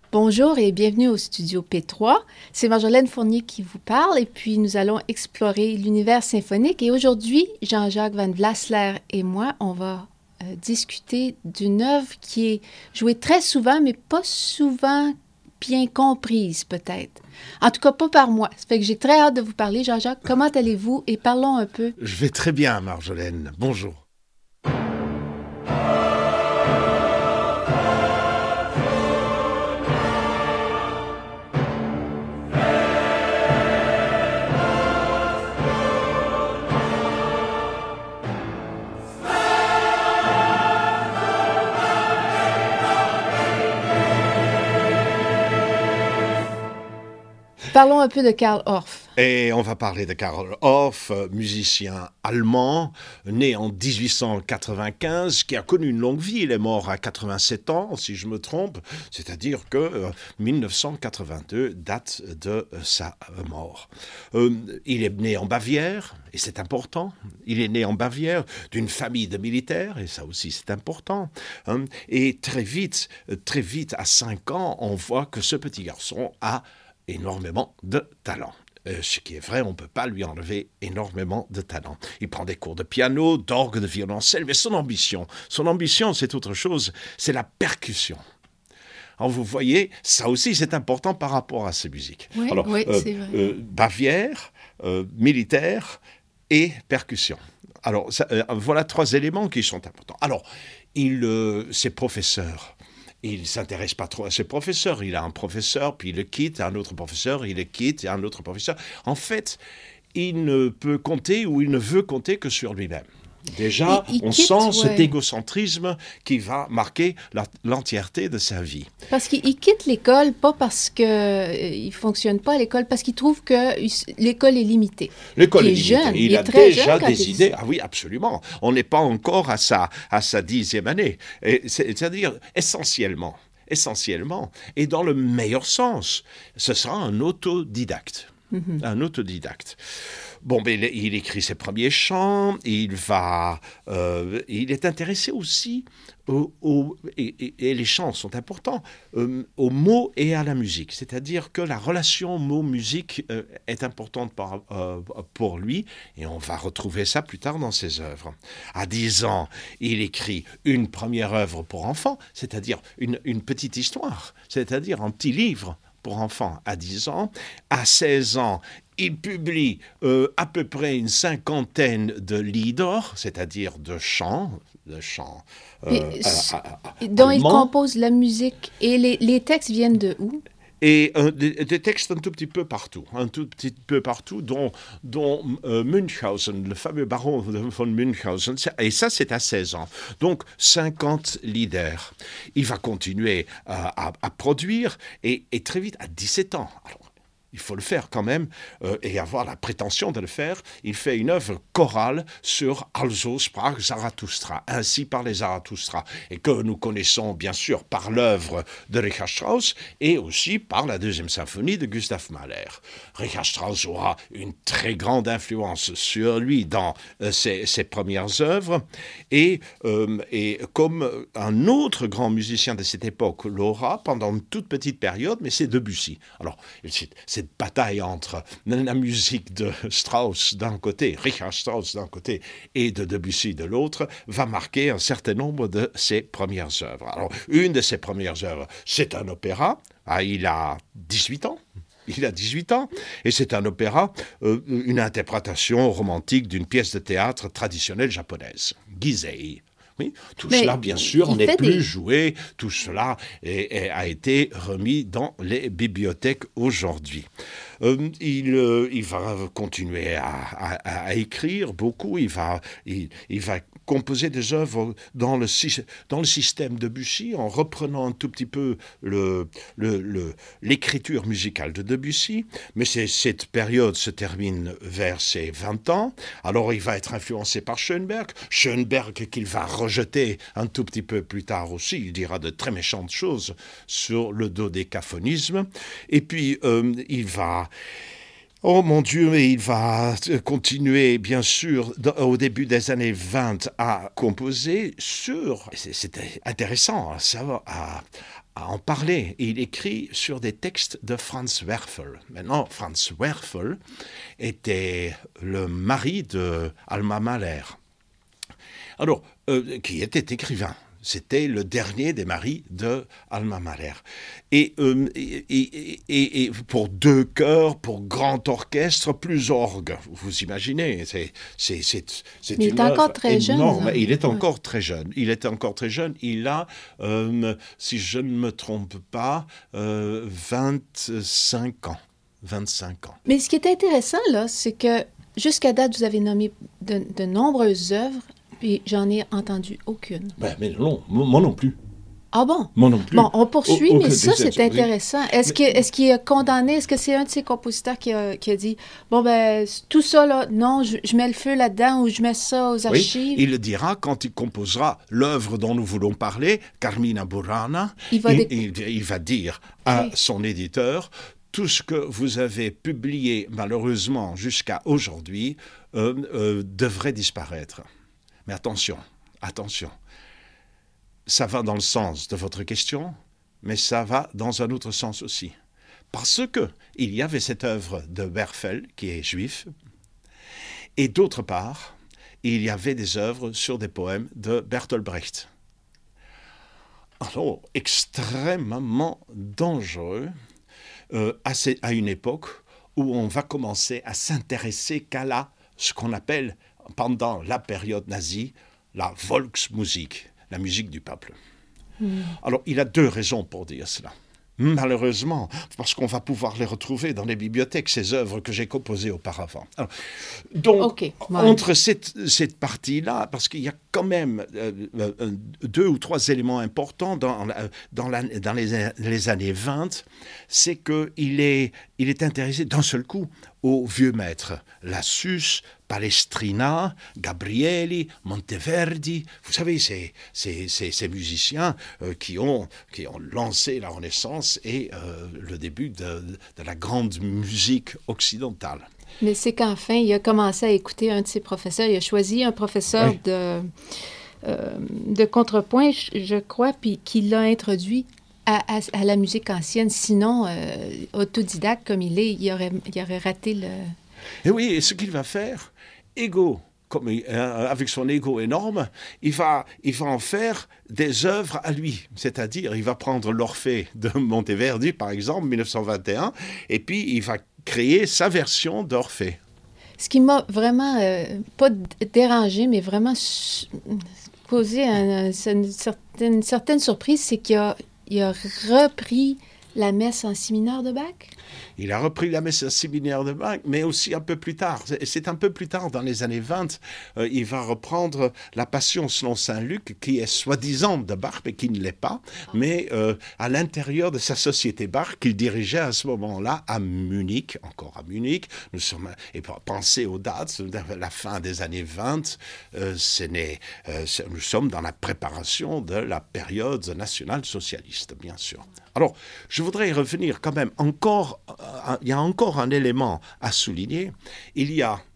Bonjour et bienvenue au studio P3. C'est Marjolaine Fournier qui vous parle et puis nous allons explorer l'univers symphonique. Et aujourd'hui, Jean-Jacques Van Vlasler et moi, on va discuter d'une œuvre qui est jouée très souvent, mais pas souvent bien comprise peut-être. En tout cas, pas par moi. Ça fait que j'ai très hâte de vous parler. Jean-Jacques, comment allez-vous? Et parlons un peu. Je vais très bien, Marjolaine. Bonjour. Parlons un peu de Karl Orff. Et on va parler de Karl Orff, musicien allemand, né en 1895, qui a connu une longue vie. Il est mort à 87 ans, si je me trompe. C'est-à-dire que 1982 date de sa mort. Il est né en Bavière, et c'est important. Il est né en Bavière d'une famille de militaires, et ça aussi c'est important. Et très vite, à 5 ans, on voit que ce petit garçon a énormément de talent. Ce qui est vrai, on ne peut pas lui enlever énormément de talent. Il prend des cours de piano, d'orgue, de violoncelle, mais son ambition, c'est autre chose, c'est la percussion. Alors vous voyez, ça aussi c'est important par rapport à ces musiques. Oui, alors, c'est vrai. Bavière, militaire et percussion. Alors voilà 3 éléments qui sont importants. Alors, ses professeurs, il ne s'intéresse pas trop à ses professeurs. Il a un professeur, puis il le quitte, un autre professeur, il le quitte, et un autre professeur. En fait, il ne peut compter ou il ne veut compter que sur lui-même. Déjà, on sent cet égocentrisme qui va marquer l'entièreté de sa vie. Parce qu'il quitte l'école, pas parce qu'il ne fonctionne pas à l'école, parce qu'il trouve que l'école est limitée. L'école est limitée. Jeune. Il a déjà des idées. Ah oui, absolument. On n'est pas encore à sa 10e année. C'est-à-dire, essentiellement, et dans le meilleur sens, ce sera un autodidacte. Mm-hmm. Un autodidacte. Bon, mais il écrit ses premiers chants, il est intéressé aussi et les chants sont importants, aux mots et à la musique. C'est-à-dire que la relation mot-musique est importante pour lui, et on va retrouver ça plus tard dans ses œuvres. À 10 ans, il écrit une première œuvre pour enfants, c'est-à-dire une petite histoire, c'est-à-dire un petit livre pour enfants à 10 ans. À 16 ans, il publie à peu près une 50aine de Lieder, c'est-à-dire de chants dont allemands. Il compose la musique. Et les textes viennent de où? Et des textes un tout petit peu partout, dont Münchhausen, le fameux baron von Münchhausen, et ça c'est à 16 ans. Donc 50 Lieder. Il va continuer à produire, et très vite, à 17 ans. Alors, il faut le faire quand même, et avoir la prétention de le faire. Il fait une œuvre chorale sur Also sprach Zarathustra, ainsi parlait Zarathustra, et que nous connaissons bien sûr par l'œuvre de Richard Strauss et aussi par la 2e symphonie de Gustav Mahler. Richard Strauss aura une très grande influence sur lui dans ses premières œuvres, et comme un autre grand musicien de cette époque l'aura pendant une toute petite période, mais c'est Debussy. Alors, cette bataille entre la musique de Strauss d'un côté, Richard Strauss d'un côté, et de Debussy de l'autre, va marquer un certain nombre de ses premières œuvres. Alors, une de ses premières œuvres, c'est un opéra. Il a 18 ans. Et c'est un opéra, une interprétation romantique d'une pièce de théâtre traditionnelle japonaise, Gisei. Oui, cela, bien sûr, n'est plus joué. Tout cela a été remis dans les bibliothèques aujourd'hui. Il va continuer à écrire beaucoup. Il va composer des œuvres dans le système de Debussy, en reprenant un tout petit peu l'écriture musicale de Debussy. Mais cette période se termine vers ses 20 ans. Alors il va être influencé par Schoenberg qu'il va rejeter un tout petit peu plus tard aussi. Il dira de très méchantes choses sur le dodécaphonisme. Et puis il va... Oh mon Dieu, mais il va continuer, bien sûr, au début des années 20 à composer sur... C'est intéressant à en parler. Et il écrit sur des textes de Franz Werfel. Maintenant, Franz Werfel était le mari de Alma Mahler, alors, qui était écrivain. C'était le dernier des maris de Alma Mahler. Et pour 2 chœurs, pour grand orchestre, plus orgue. Vous imaginez, c'est il est encore très énorme. jeune. Il est encore très jeune. Il est encore très jeune. Il a, si je ne me trompe pas, 25 ans. 25 ans. Mais ce qui est intéressant, là, c'est que jusqu'à date, vous avez nommé de nombreuses œuvres, puis j'en ai entendu aucune. Mais non, moi non plus. Ah bon? Moi non plus. Bon, on poursuit, mais ça, c'est intéressant. Est-ce qu'il est condamné? Est-ce que c'est un de ses compositeurs qui a dit, bon, ben, tout ça, là, non, je mets le feu là-dedans ou je mets ça aux archives? Oui, il le dira quand il composera l'œuvre dont nous voulons parler, Carmina Burana. Il va dire à son éditeur, tout ce que vous avez publié, malheureusement, jusqu'à aujourd'hui, devrait disparaître. Mais attention, ça va dans le sens de votre question, mais ça va dans un autre sens aussi. Parce qu'il y avait cette œuvre de Werfel, qui est juif, et d'autre part, il y avait des œuvres sur des poèmes de Bertolt Brecht. Alors, extrêmement dangereux à une époque où on va commencer à s'intéresser qu'à ce qu'on appelle, pendant la période nazie, la Volksmusik, la musique du peuple. Alors, il a 2 raisons pour dire cela. Malheureusement, parce qu'on va pouvoir les retrouver dans les bibliothèques, ces œuvres que j'ai composées auparavant. Alors, donc, entre cette partie-là, parce qu'il y a quand même 2 ou 3 éléments importants dans les années 20, c'est qu'il est intéressé d'un seul coup aux vieux maîtres, Lassus, Palestrina, Gabrieli, Monteverdi. Vous savez, ces musiciens qui ont lancé la Renaissance et le début de la grande musique occidentale. Mais c'est qu'enfin, il a commencé à écouter un de ses professeurs. Il a choisi un professeur de contrepoint, je crois, puis qui l'a introduit à la musique ancienne. Sinon, autodidacte comme il est, il aurait raté le... Et oui, et ce qu'il va faire, avec son ego énorme, il va en faire des œuvres à lui. C'est-à-dire, il va prendre l'Orphée de Monteverdi, par exemple, 1921, et puis il va créer sa version d'Orphée. Ce qui m'a vraiment, pas dérangé, mais vraiment causé une certaine surprise, c'est qu'il a repris la messe en si mineur de Bach. Il a repris la messe en si mineur de Bach, mais aussi un peu plus tard. C'est un peu plus tard, dans les années 20, il va reprendre la Passion selon saint Luc, qui est soi-disant de Bach, mais qui ne l'est pas, mais à l'intérieur de sa société Bach, qu'il dirigeait à ce moment-là à Munich, encore à Munich. Et pour penser aux dates, la fin des années 20, nous sommes dans la préparation de la période nationale-socialiste, bien sûr. Alors, je voudrais y revenir quand même encore. Il y a encore un élément à souligner. Il y a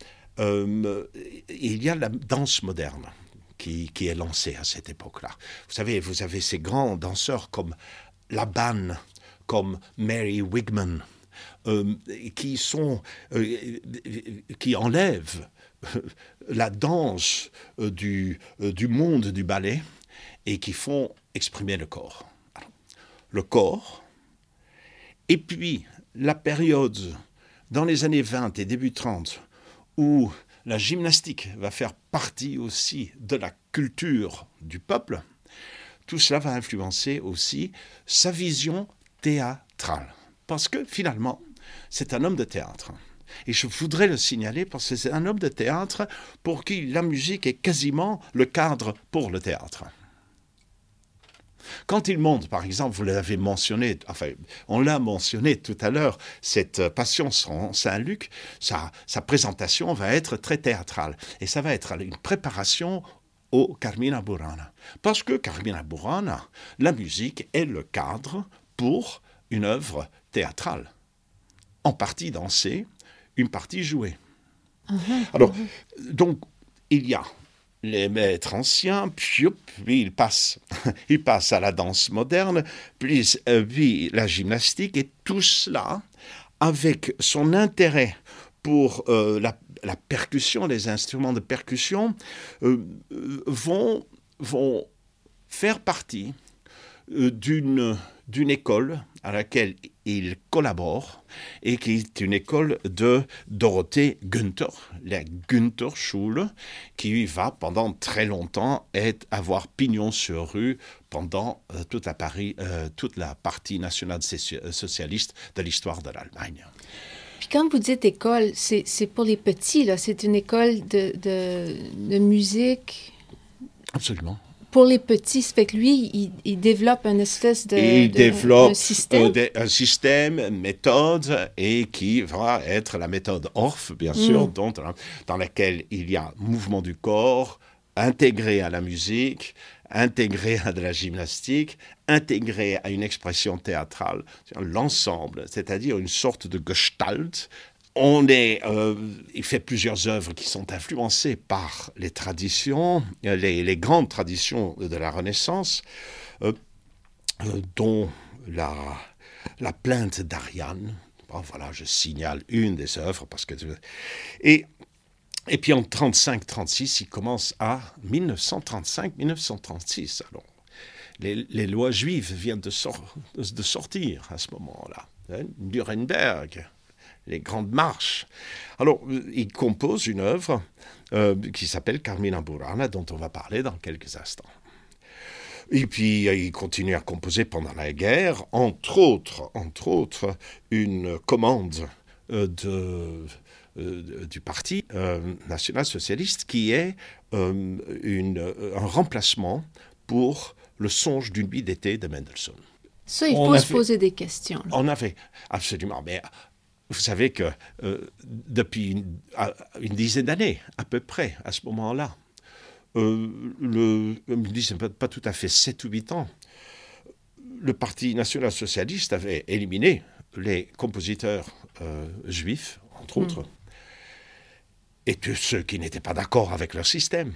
la danse moderne qui est lancée à cette époque-là. Vous savez, vous avez ces grands danseurs comme Laban, comme Mary Wigman, qui enlèvent la danse du monde du ballet et qui font exprimer le corps. Alors, le corps, et puis la période dans les années 20 et début 30 où la gymnastique va faire partie aussi de la culture du peuple, tout cela va influencer aussi sa vision théâtrale. Parce que finalement, c'est un homme de théâtre. Et je voudrais le signaler parce que c'est un homme de théâtre pour qui la musique est quasiment le cadre pour le théâtre. Quand il monte, par exemple, vous l'avez mentionné, on l'a mentionné tout à l'heure, cette Passion selon saint Luc, sa présentation va être très théâtrale. Et ça va être une préparation au Carmina Burana. Parce que Carmina Burana, la musique est le cadre pour une œuvre théâtrale. En partie dansée, une partie jouée. Donc, il y a les maîtres anciens, puis il passe, il passe à la danse moderne, puis la gymnastique, et tout cela avec son intérêt pour la percussion, les instruments de percussion, vont faire partie d'une école à laquelle il collabore et qui est une école de Dorothée Günther, la Günther-Schule, qui va pendant très longtemps avoir pignon sur rue pendant toute la partie nationale-socialiste de l'histoire de l'Allemagne. Puis quand vous dites école, c'est pour les petits, là. C'est une école de musique. Absolument. Pour les petits, ça fait que lui, il développe une espèce un système. Un système, méthode, et qui va être la méthode Orff, bien sûr, dans laquelle il y a mouvement du corps, intégré à la musique, intégré à de la gymnastique, intégré à une expression théâtrale, l'ensemble, c'est-à-dire une sorte de gestalt. Il fait plusieurs œuvres qui sont influencées par les traditions, les grandes traditions de la Renaissance, dont la plainte d'Ariane. Bon, voilà, je signale une des œuvres parce que et puis en 35-36, il commence à 1935-1936. Alors, les lois juives viennent de sortir à ce moment-là. Nuremberg. Les grandes marches. Alors, il compose une œuvre qui s'appelle Carmina Burana, dont on va parler dans quelques instants. Et puis, il continue à composer pendant la guerre, entre autres une commande du Parti national-socialiste qui est un remplacement pour le songe d'une nuit d'été de Mendelssohn. Ça, il faut se poser des questions. Là. On avait, absolument, mais... Vous savez que depuis une dizaine d'années, à peu près, à ce moment-là, pas tout à fait 7 ou 8 ans, le Parti national-socialiste avait éliminé les compositeurs juifs, entre autres, et tous ceux qui n'étaient pas d'accord avec leur système.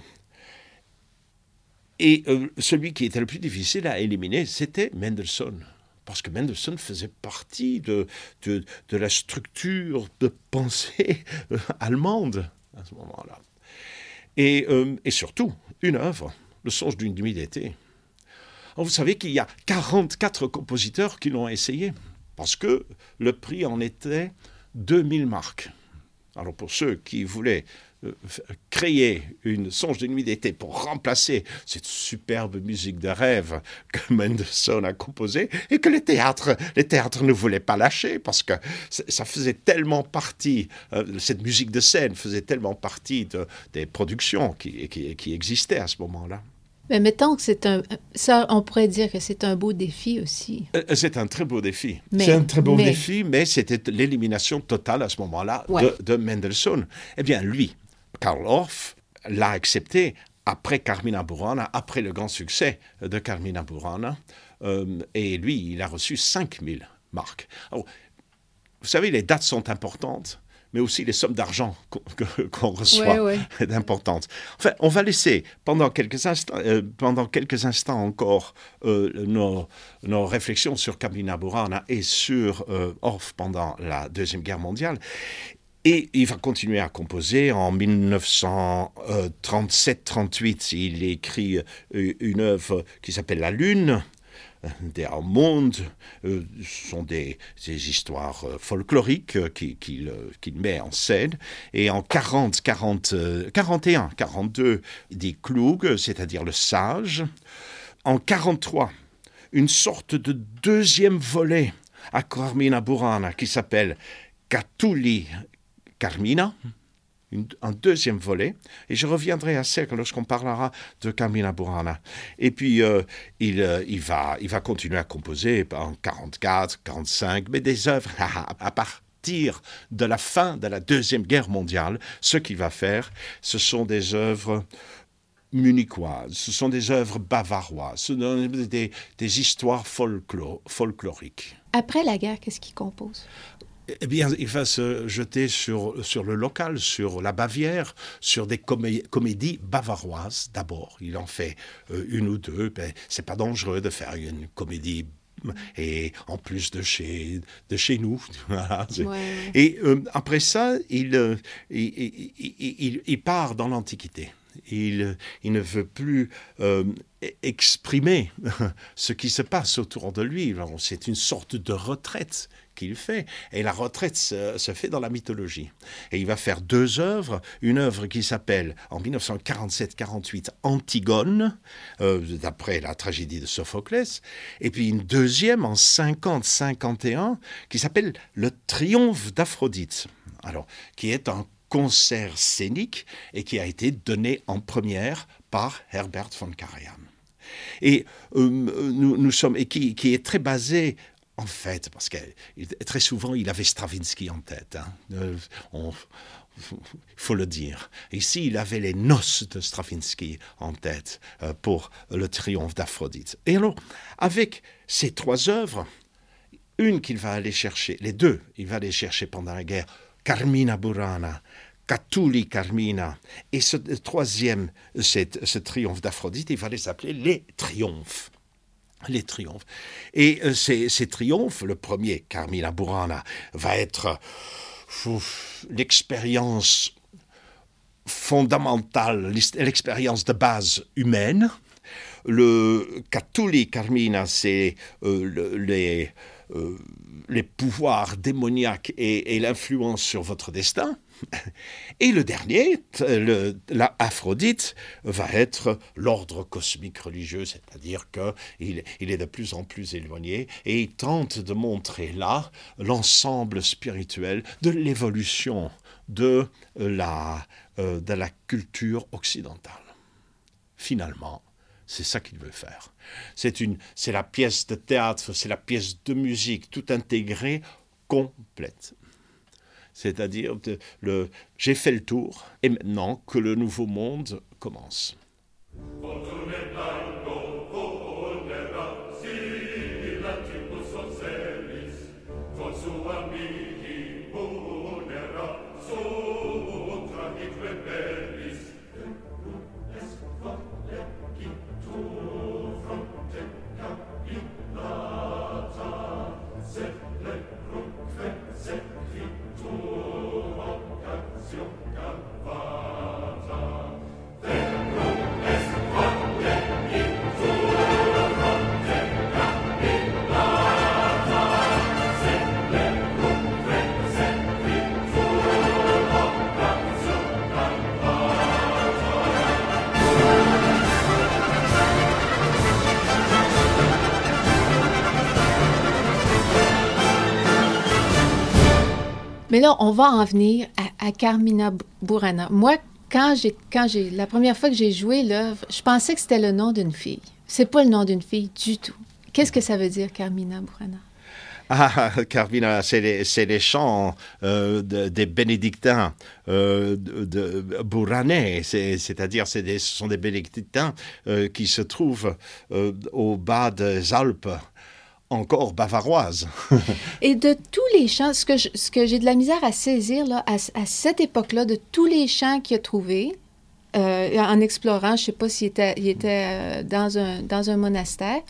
Et celui qui était le plus difficile à éliminer, c'était Mendelssohn. Parce que Mendelssohn faisait partie de la structure de pensée allemande à ce moment-là. Et surtout, une œuvre, Le songe d'une nuit d'été. Alors vous savez qu'il y a 44 compositeurs qui l'ont essayé, parce que le prix en était 2000 marks. Alors pour ceux qui voulaient créer une songe de nuit d'été pour remplacer cette superbe musique de rêve que Mendelssohn a composée et que les théâtres ne voulaient pas lâcher parce que ça faisait tellement partie, cette musique de scène faisait tellement partie des productions qui existaient à ce moment-là. Mais mettons que ça, on pourrait dire que c'est un beau défi aussi. C'est un très beau défi. Mais c'était l'élimination totale à ce moment-là de Mendelssohn. Eh bien, lui, Karl Orff, l'a accepté après Carmina Burana, après le grand succès de Carmina Burana. Et lui, il a reçu 5000 marks. Alors, vous savez, les dates sont importantes, mais aussi les sommes d'argent qu'on reçoit d'importantes. Enfin, on va laisser pendant quelques instants encore nos réflexions sur Carmina Burana et sur Orff pendant la Deuxième Guerre mondiale. Et il va continuer à composer. En 1937-38, il écrit une œuvre qui s'appelle La Lune. Der Mond, sont des histoires folkloriques qu'il met en scène. Et en 41-42, Die Kluge, c'est-à-dire le sage. En 43, une sorte de deuxième volet à Carmina Burana qui s'appelle Catullus Carmina, un deuxième volet, et je reviendrai à ça lorsqu'on parlera de Carmina Burana. Et puis, il va continuer à composer en 44, 45, mais des œuvres à partir de la fin de la Deuxième Guerre mondiale. Ce qu'il va faire, ce sont des œuvres munichoises, ce sont des œuvres bavaroises, ce sont des histoires folkloriques. Après la guerre, qu'est-ce qu'il compose? Eh bien, il va se jeter sur le local, sur la Bavière, sur des comédies bavaroises d'abord. Il en fait une ou deux. Ben, c'est pas dangereux de faire une comédie et en plus de chez nous. Voilà. Ouais. Et après ça, il part dans l'Antiquité. Il ne veut plus exprimer ce qui se passe autour de lui. Alors, c'est une sorte de retraite qu'il fait. Et la retraite se fait dans la mythologie. Et il va faire deux œuvres. Une œuvre qui s'appelle, en 1947-48, Antigone, d'après la tragédie de Sophoclès. Et puis une deuxième, en 50-51, qui s'appelle Le Triomphe d'Aphrodite. Alors, qui est un concert scénique et qui a été donné en première par Herbert von Karajan. Et nous sommes, et qui est très basé, en fait, parce que très souvent il avait Stravinsky en tête. Il faut le dire. Ici, il avait les noces de Stravinsky en tête pour le triomphe d'Aphrodite. Et alors, avec ces trois œuvres, une qu'il va aller chercher, les deux, il va aller chercher pendant la guerre, Carmina Burana, Catulle Carmina, et ce troisième, ce triomphe d'Aphrodite, il va les appeler les triomphes. Les triomphes. Et ces triomphes, le premier, Carmina Burana, va être l'expérience fondamentale, l'expérience de base humaine. Le Catulle Carmina, c'est les pouvoirs démoniaques et l'influence sur votre destin. Et le dernier, la Aphrodite, va être l'ordre cosmique religieux, c'est-à-dire qu'il est de plus en plus éloigné et il tente de montrer là l'ensemble spirituel de l'évolution de la culture occidentale. Finalement, c'est ça qu'il veut faire. C'est la pièce de théâtre, c'est la pièce de musique, tout intégrée, complète. C'est-à-dire, j'ai fait le tour, et maintenant que le nouveau monde commence. Mais là, on va en venir à Carmina Burana. Moi, la première fois que j'ai joué l'œuvre, je pensais que c'était le nom d'une fille. C'est pas le nom d'une fille du tout. Qu'est-ce que ça veut dire, Carmina Burana? Ah, Carmina, c'est les chants des bénédictins de Buranais, c'est-à-dire ce sont des bénédictins qui se trouvent au bas des Alpes, encore bavaroises. Et de tous les chants, ce que j'ai de la misère à saisir là, à cette époque-là, de tous les chants qu'il a trouvés, en explorant, je ne sais pas s'il était dans un monastère,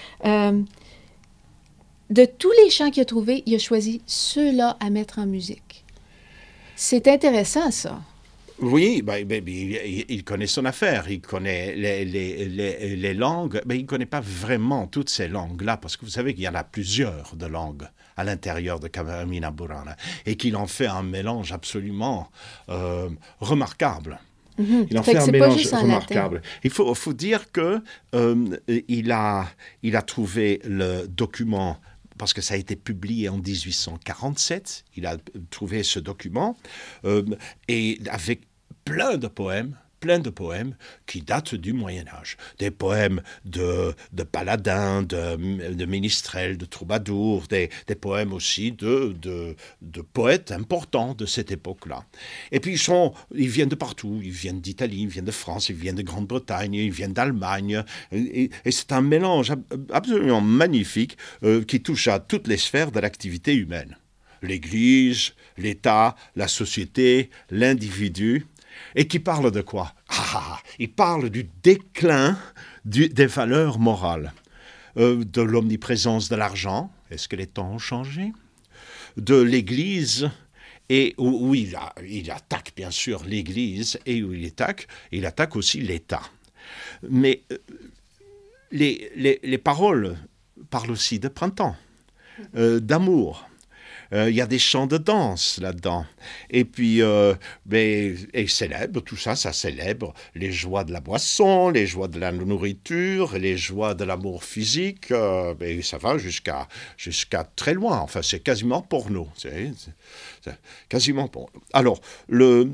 de tous les chants qu'il a trouvés, il a choisi ceux-là à mettre en musique. C'est intéressant, ça. Oui, il connaît son affaire, il connaît les langues, mais il ne connaît pas vraiment toutes ces langues-là, parce que vous savez qu'il y en a plusieurs de langues à l'intérieur de Carmina Burana, et qu'il en fait un mélange absolument remarquable. Mm-hmm. Il en fait un mélange remarquable. Il faut dire que il a trouvé le document, parce que ça a été publié en 1847, il a trouvé ce document, et avec plein de poèmes qui datent du Moyen-Âge. Des poèmes de paladins, de ménestrels, de troubadours, des poèmes aussi de poètes importants de cette époque-là. Et puis ils viennent de partout, ils viennent d'Italie, ils viennent de France, ils viennent de Grande-Bretagne, ils viennent d'Allemagne, et c'est un mélange absolument magnifique qui touche à toutes les sphères de l'activité humaine. l'Église, l'État, la société, l'individu, et qui parle de quoi? Il parle du déclin des valeurs morales, de l'omniprésence de l'argent. Est-ce que les temps ont changé? De l'Église, et où il attaque bien sûr l'Église, et où il attaque aussi l'État. Mais les paroles parlent aussi de printemps, d'amour. Il y a des chants de danse là-dedans. Et puis, et célèbre, tout ça, ça célèbre les joies de la boisson, les joies de la nourriture, les joies de l'amour physique. Et ça va jusqu'à très loin. Enfin, c'est quasiment porno. C'est quasiment porno. Alors, la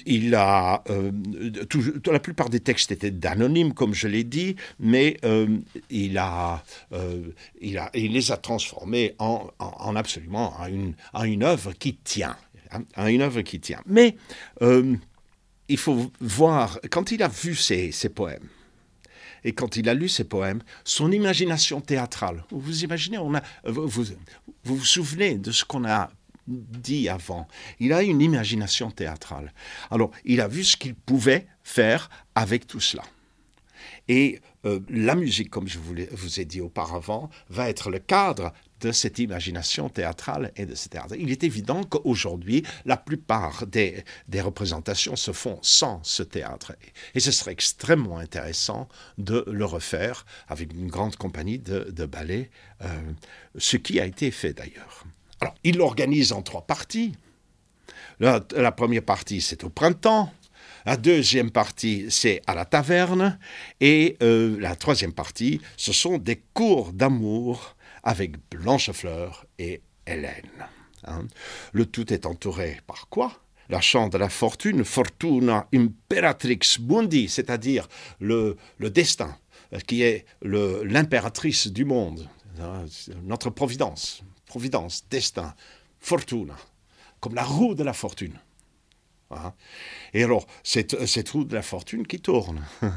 plupart des textes étaient anonymes, comme je l'ai dit, mais il les a transformés en absolument à une œuvre qui tient. Mais il faut voir, quand il a vu ces poèmes, et quand il a lu ces poèmes, son imagination théâtrale, vous imaginez, vous vous souvenez de ce qu'on a dit avant, il a une imagination théâtrale. Alors, il a vu ce qu'il pouvait faire avec tout cela. Et la musique, comme je vous ai dit auparavant, va être le cadre de cette imagination théâtrale et de ce théâtre. Il est évident qu'aujourd'hui, la plupart des représentations se font sans ce théâtre. Et ce serait extrêmement intéressant de le refaire avec une grande compagnie de ballet, ce qui a été fait d'ailleurs. Alors, il l'organise en 3 parties. La première partie, c'est au printemps. La deuxième partie, c'est à la taverne. Et la troisième partie, ce sont des cours d'amour avec Blanchefleur et Hélène. Le tout est entouré par quoi? La chant de la fortune, Fortuna Imperatrix Mundi, c'est-à-dire le destin, qui est l'impératrice du monde, notre providence, destin, fortuna, comme la roue de la fortune. Et alors, cette roue de la fortune qui tourne.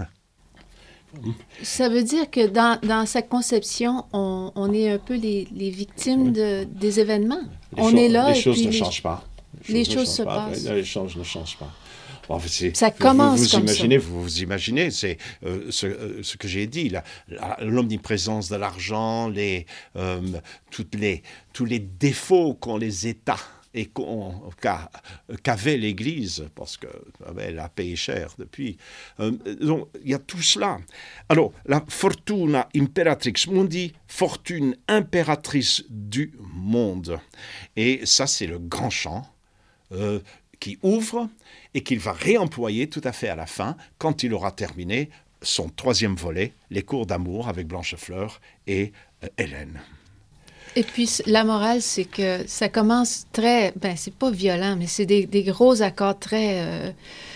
Ça veut dire que dans sa conception, on est un peu les victimes des événements. Les choses ne changent pas. Les choses se passent. Les choses ne changent pas. Bon, ça commence vous comme imaginez, ça. Vous imaginez, c'est ce que j'ai dit, l'omniprésence de l'argent, tous les défauts qu'ont les États et qu'avait l'Église, parce qu'elle a payé cher depuis. Donc, il y a tout cela. Alors, la fortuna imperatrix mundi, fortune impératrice du monde. Et ça, c'est le grand chant qui ouvre et qu'il va réemployer tout à fait à la fin, quand il aura terminé son 3e volet, les cours d'amour avec Blanchefleur et Hélène. Et puis, la morale, c'est que ça commence très... c'est pas violent, mais c'est des gros accords très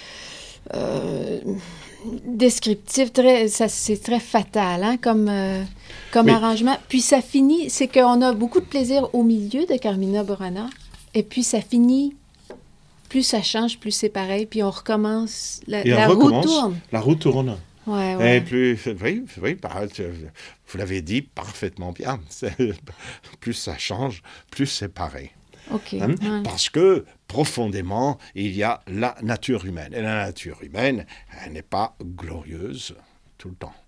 descriptifs, c'est très fatal, comme oui. Arrangement. Puis ça finit, c'est qu'on a beaucoup de plaisir au milieu de Carmina Burana, et puis ça finit, plus ça change, plus c'est pareil, puis on recommence, la roue tourne. La roue tourne. Ouais. Et oui, vous l'avez dit parfaitement bien. Plus ça change, plus c'est pareil. Okay. Parce que profondément, il y a la nature humaine. Et la nature humaine, elle n'est pas glorieuse tout le temps.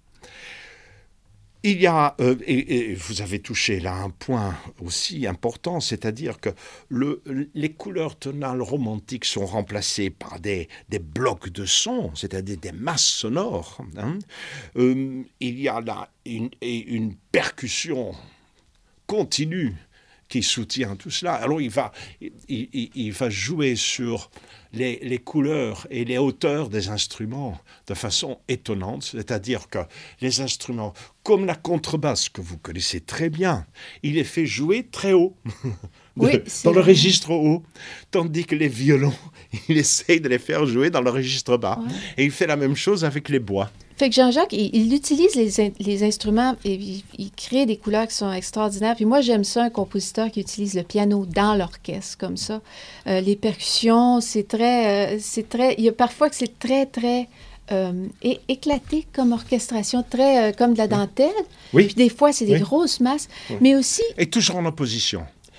Il y a, et vous avez touché là un point aussi important, c'est-à-dire que les couleurs tonales romantiques sont remplacées par des blocs de son, c'est-à-dire des masses sonores. Il y a là une percussion continue qui soutient tout cela. Alors il va jouer sur les couleurs et les hauteurs des instruments de façon étonnante, c'est-à-dire que les instruments, comme la contrebasse que vous connaissez très bien, il est fait jouer très haut, oui, dans le registre haut, tandis que les violons, il essaye de les faire jouer dans le registre bas. Ouais. Et il fait la même chose avec les bois. Fait que Jean-Jacques, il utilise les instruments et il crée des couleurs qui sont extraordinaires. Puis moi, j'aime ça, un compositeur qui utilise le piano dans l'orchestre, comme ça. Les percussions, c'est très... il y a parfois que c'est très, très éclaté comme orchestration, très comme de la dentelle. Oui. Puis des fois, c'est des grosses masses, mais aussi... Et toujours en opposition.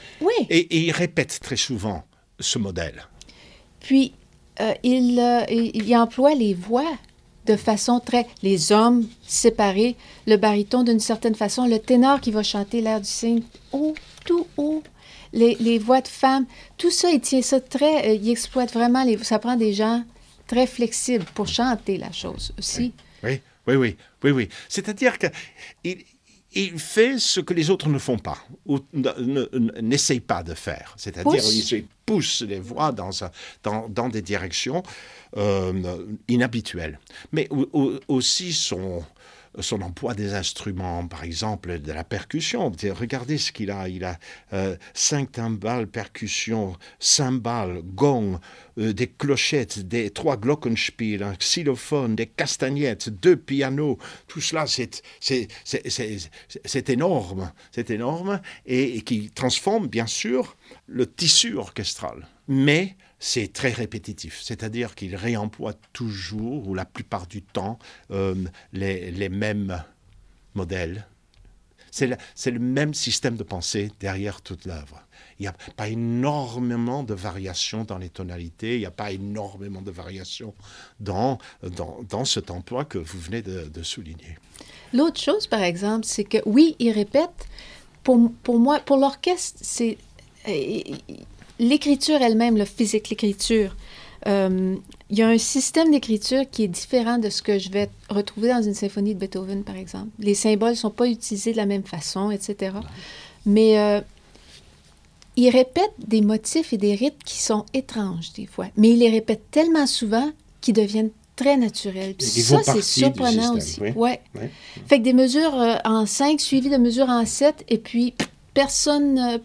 Oui. Et il répète très souvent ce modèle. Puis, il emploie les voix de façon très... Les hommes séparés, le baryton d'une certaine façon, le ténor qui va chanter l'air du cygne, haut, tout haut, les voix de femmes, tout ça, il tient ça très... il exploite vraiment... ça prend des gens très flexibles pour chanter la chose aussi. Oui. C'est-à-dire qu'il fait ce que les autres ne font pas, ou n'essayent pas de faire. C'est-à-dire qu'il pousse les voix dans des directions inhabituelles. Mais aussi son emploi des instruments, par exemple de la percussion. Regardez ce qu'il a. Il a 5 timbales, percussions, cymbales, gongs, des clochettes, 3 glockenspiel, un xylophone, des castagnettes, 2 pianos. Tout cela, c'est énorme. C'est énorme et qui transforme, bien sûr, le tissu orchestral. Mais c'est très répétitif, c'est-à-dire qu'il réemploie toujours, ou la plupart du temps, les mêmes modèles. C'est le même système de pensée derrière toute l'œuvre. Il n'y a pas énormément de variations dans les tonalités, il n'y a pas énormément de variations dans cet emploi que vous venez de souligner. L'autre chose, par exemple, c'est que, oui, il répète. Pour moi, pour l'orchestre, c'est... l'écriture elle-même, le physique, l'écriture, il y a un système d'écriture qui est différent de ce que je vais retrouver dans une symphonie de Beethoven, par exemple. Les symboles ne sont pas utilisés de la même façon, etc. Mais il répète des motifs et des rythmes qui sont étranges, des fois. Mais il les répète tellement souvent qu'ils deviennent très naturels. Puis ça, c'est surprenant aussi. Oui. Fait que des mesures en 5 suivies de mesures en 7, et puis personne...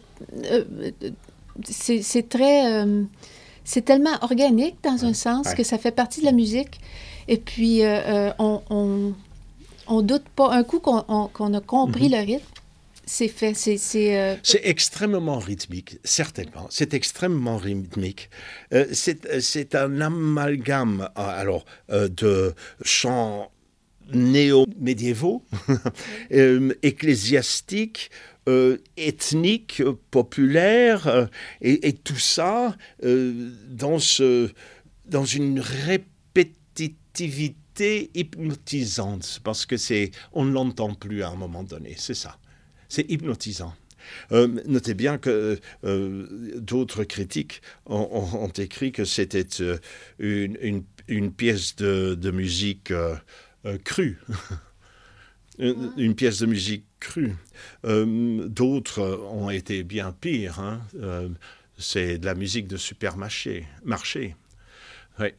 c'est très... c'est tellement organique dans un sens que ça fait partie de la musique. Et puis, on doute pas. Un coup qu'on a compris le rythme, c'est fait. C'est extrêmement rythmique, certainement. C'est extrêmement rythmique. C'est un amalgame de chants néo-médiévaux, ecclésiastiques, ethniques, populaires, et tout ça dans une répétitivité hypnotisante, parce que on ne l'entend plus à un moment donné, c'est ça. C'est hypnotisant. Notez bien que d'autres critiques ont écrit que c'était une pièce de musique crue. Une pièce de musique crue. D'autres ont été bien pires. C'est de la musique de supermarché. Ouais,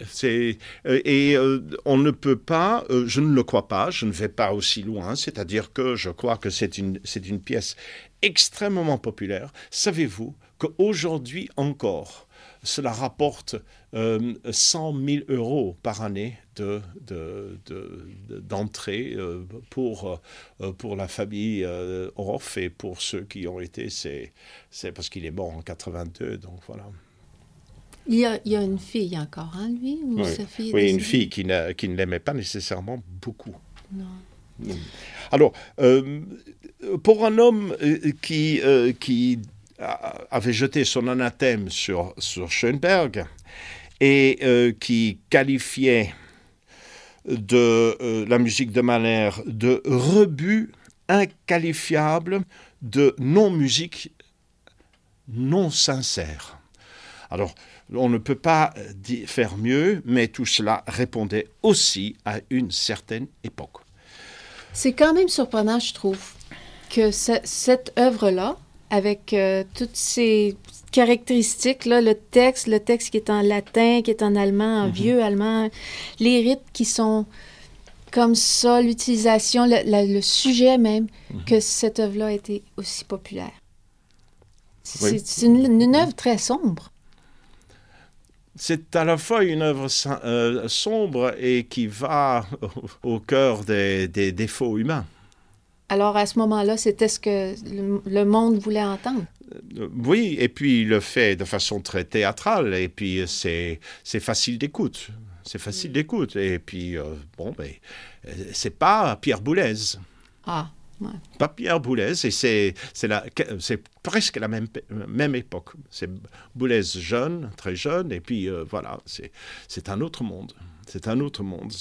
on ne peut pas, je ne le crois pas, je ne vais pas aussi loin, c'est-à-dire que je crois que c'est une pièce extrêmement populaire. Savez-vous qu'aujourd'hui encore, cela rapporte 100 000 € par année d'entrée pour la famille Orff, et pour ceux qui ont été, c'est parce qu'il est mort en 82, donc voilà. Il y a une fille encore, hein, lui, ou sa fille? Oui, une fille qui ne l'aimait pas nécessairement beaucoup. Non. Alors, pour un homme qui avait jeté son anathème sur Schoenberg et qui qualifiait de la musique de Mahler de rebut inqualifiable de non-musique non sincère. Alors, on ne peut pas faire mieux, mais tout cela répondait aussi à une certaine époque. C'est quand même surprenant, je trouve, que cette œuvre-là, avec toutes ces caractéristiques, là, le texte qui est en latin, qui est en allemand, en vieux allemand, les rythmes qui sont comme ça, l'utilisation, le sujet même, que cette œuvre-là a été aussi populaire. C'est une œuvre très sombre. C'est à la fois une œuvre sombre et qui va au cœur des défauts humains. Alors, à ce moment-là, c'était ce que le monde voulait entendre. Oui, et puis il le fait de façon très théâtrale, et puis c'est facile d'écoute. C'est facile d'écoute. Et puis, c'est pas Pierre Boulez. Ah. Ouais. Pas Pierre Boulez, et c'est presque la même époque. C'est Boulez jeune, très jeune, et puis voilà, c'est un autre monde. C'est un autre monde.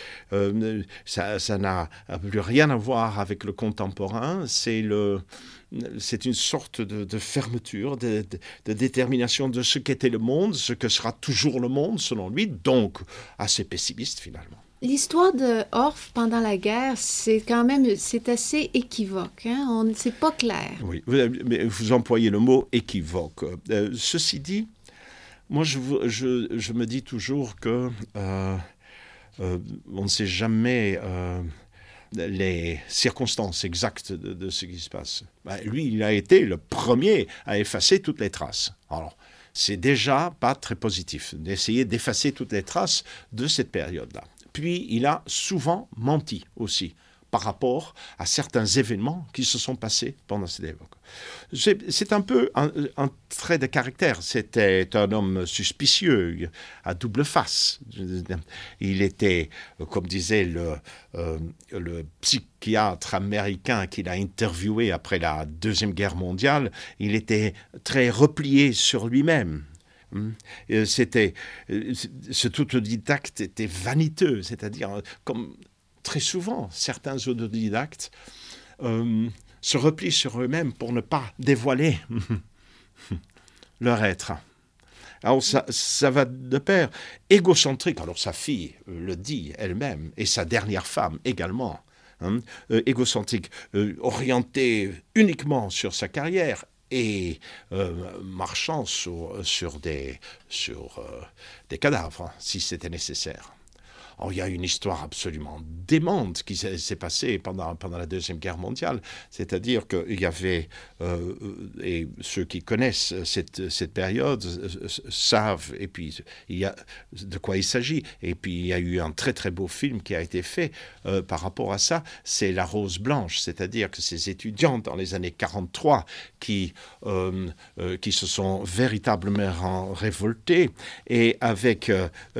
Ça n'a plus rien à voir avec le contemporain. C'est une sorte de fermeture, de détermination de ce qu'était le monde, ce que sera toujours le monde, selon lui, donc assez pessimiste finalement. L'histoire de Orff pendant la guerre, c'est assez équivoque. Hein? C'est pas clair. Oui, vous employez le mot équivoque. Ceci dit, moi, je me dis toujours que on ne sait jamais les circonstances exactes de ce qui se passe. Lui, il a été le premier à effacer toutes les traces. Alors, c'est déjà pas très positif d'essayer d'effacer toutes les traces de cette période-là. Puis, il a souvent menti aussi par rapport à certains événements qui se sont passés pendant cette époque. C'est un peu un trait de caractère. C'était un homme suspicieux, à double face. Il était, comme disait le psychiatre américain qu'il a interviewé après la Deuxième Guerre mondiale, il était très replié sur lui-même. Ce autodidacte était vaniteux, c'est-à-dire comme très souvent certains autodidactes se replient sur eux-mêmes pour ne pas dévoiler leur être. Alors ça va de pair. Égocentrique, alors sa fille le dit elle-même, et sa dernière femme également, égocentrique, orienté uniquement sur sa carrière, et marchant sur des cadavres, si c'était nécessaire. Alors, il y a une histoire absolument démente qui s'est passée pendant la Deuxième Guerre mondiale. C'est-à-dire qu'il y avait, et ceux qui connaissent cette période savent, et puis il y a de quoi il s'agit. Et puis il y a eu un très très beau film qui a été fait par rapport à ça. C'est La Rose Blanche, c'est-à-dire que ces étudiants dans les années 43 qui se sont véritablement révoltés, et avec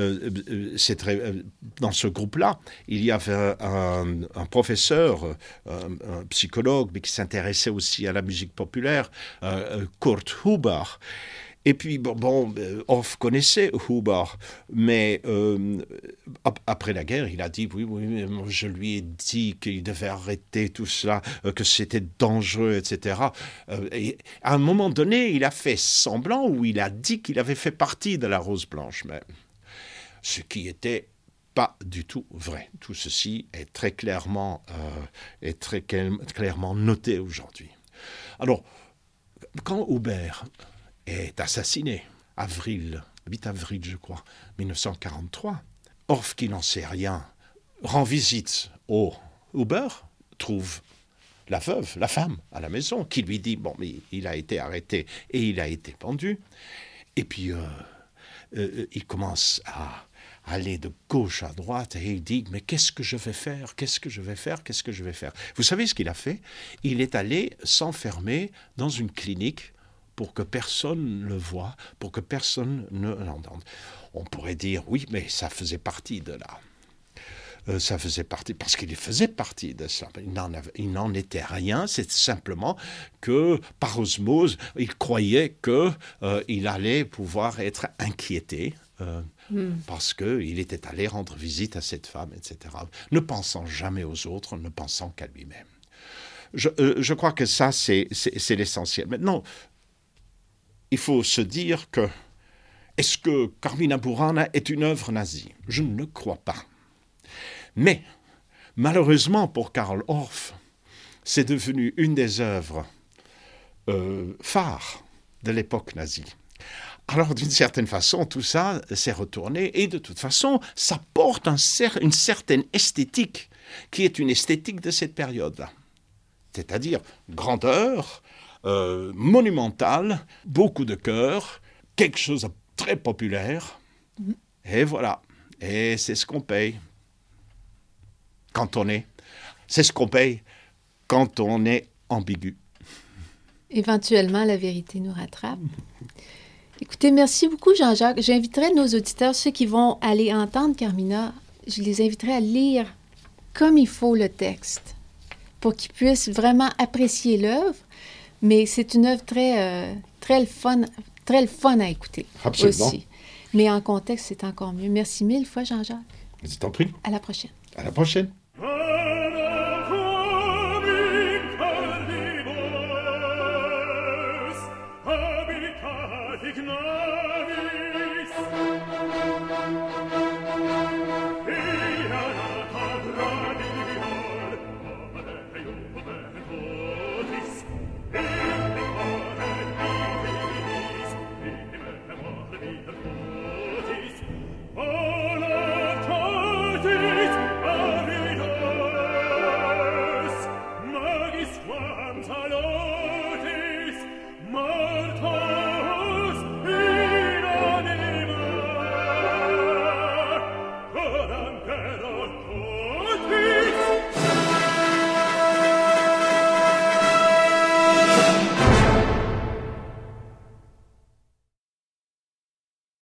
dans ce groupe-là, il y avait un professeur, un psychologue, mais qui s'intéressait aussi à la musique populaire, Kurt Huber. Et puis, Orff connaissait Huber, mais après la guerre, il a dit, oui, je lui ai dit qu'il devait arrêter tout cela, que c'était dangereux, etc. Et à un moment donné, il a fait semblant, ou il a dit qu'il avait fait partie de la Rose Blanche, mais ce qui était pas du tout vrai. Tout ceci est très clairement noté aujourd'hui. Alors, quand Huber est assassiné, 8 avril, je crois, 1943, Orff, qui n'en sait rien, rend visite au Huber, trouve la veuve, la femme, à la maison, qui lui dit, mais il a été arrêté et il a été pendu. Et puis, il commence à aller de gauche à droite, et il dit, mais qu'est-ce que je vais faire ? Vous savez ce qu'il a fait ? Il est allé s'enfermer dans une clinique pour que personne ne le voie, pour que personne ne l'entende. On pourrait dire, oui, mais ça faisait partie de là. Ça faisait partie, parce qu'il faisait partie de ça. Il n'en était rien, c'est simplement que, par osmose, il croyait qu'il allait pouvoir être inquiété, parce qu'il était allé rendre visite à cette femme, etc., ne pensant jamais aux autres, ne pensant qu'à lui-même. Je crois que ça, c'est l'essentiel. Maintenant, il faut se dire que, est-ce que Carmina Burana est une œuvre nazie ? Je ne le crois pas. Mais, malheureusement pour Karl Orff, c'est devenu une des œuvres phares de l'époque nazie. Alors, d'une certaine façon, tout ça s'est retourné, et de toute façon, ça porte une certaine esthétique, qui est une esthétique de cette période-là. C'est-à-dire grandeur, monumentale, beaucoup de cœur, quelque chose de très populaire, et voilà. Et c'est ce qu'on paye c'est ce qu'on paye quand on est ambigu. Éventuellement, la vérité nous rattrape. Écoutez, merci beaucoup, Jean-Jacques. J'inviterai nos auditeurs, ceux qui vont aller entendre Carmina, je les inviterai à lire comme il faut le texte. pour qu'ils puissent vraiment apprécier l'œuvre. Mais c'est une œuvre très le fun à écouter. Absolument. Aussi. Mais en contexte, c'est encore mieux. Merci mille fois, Jean-Jacques. Je t'en prie. À la prochaine. À la prochaine. Danke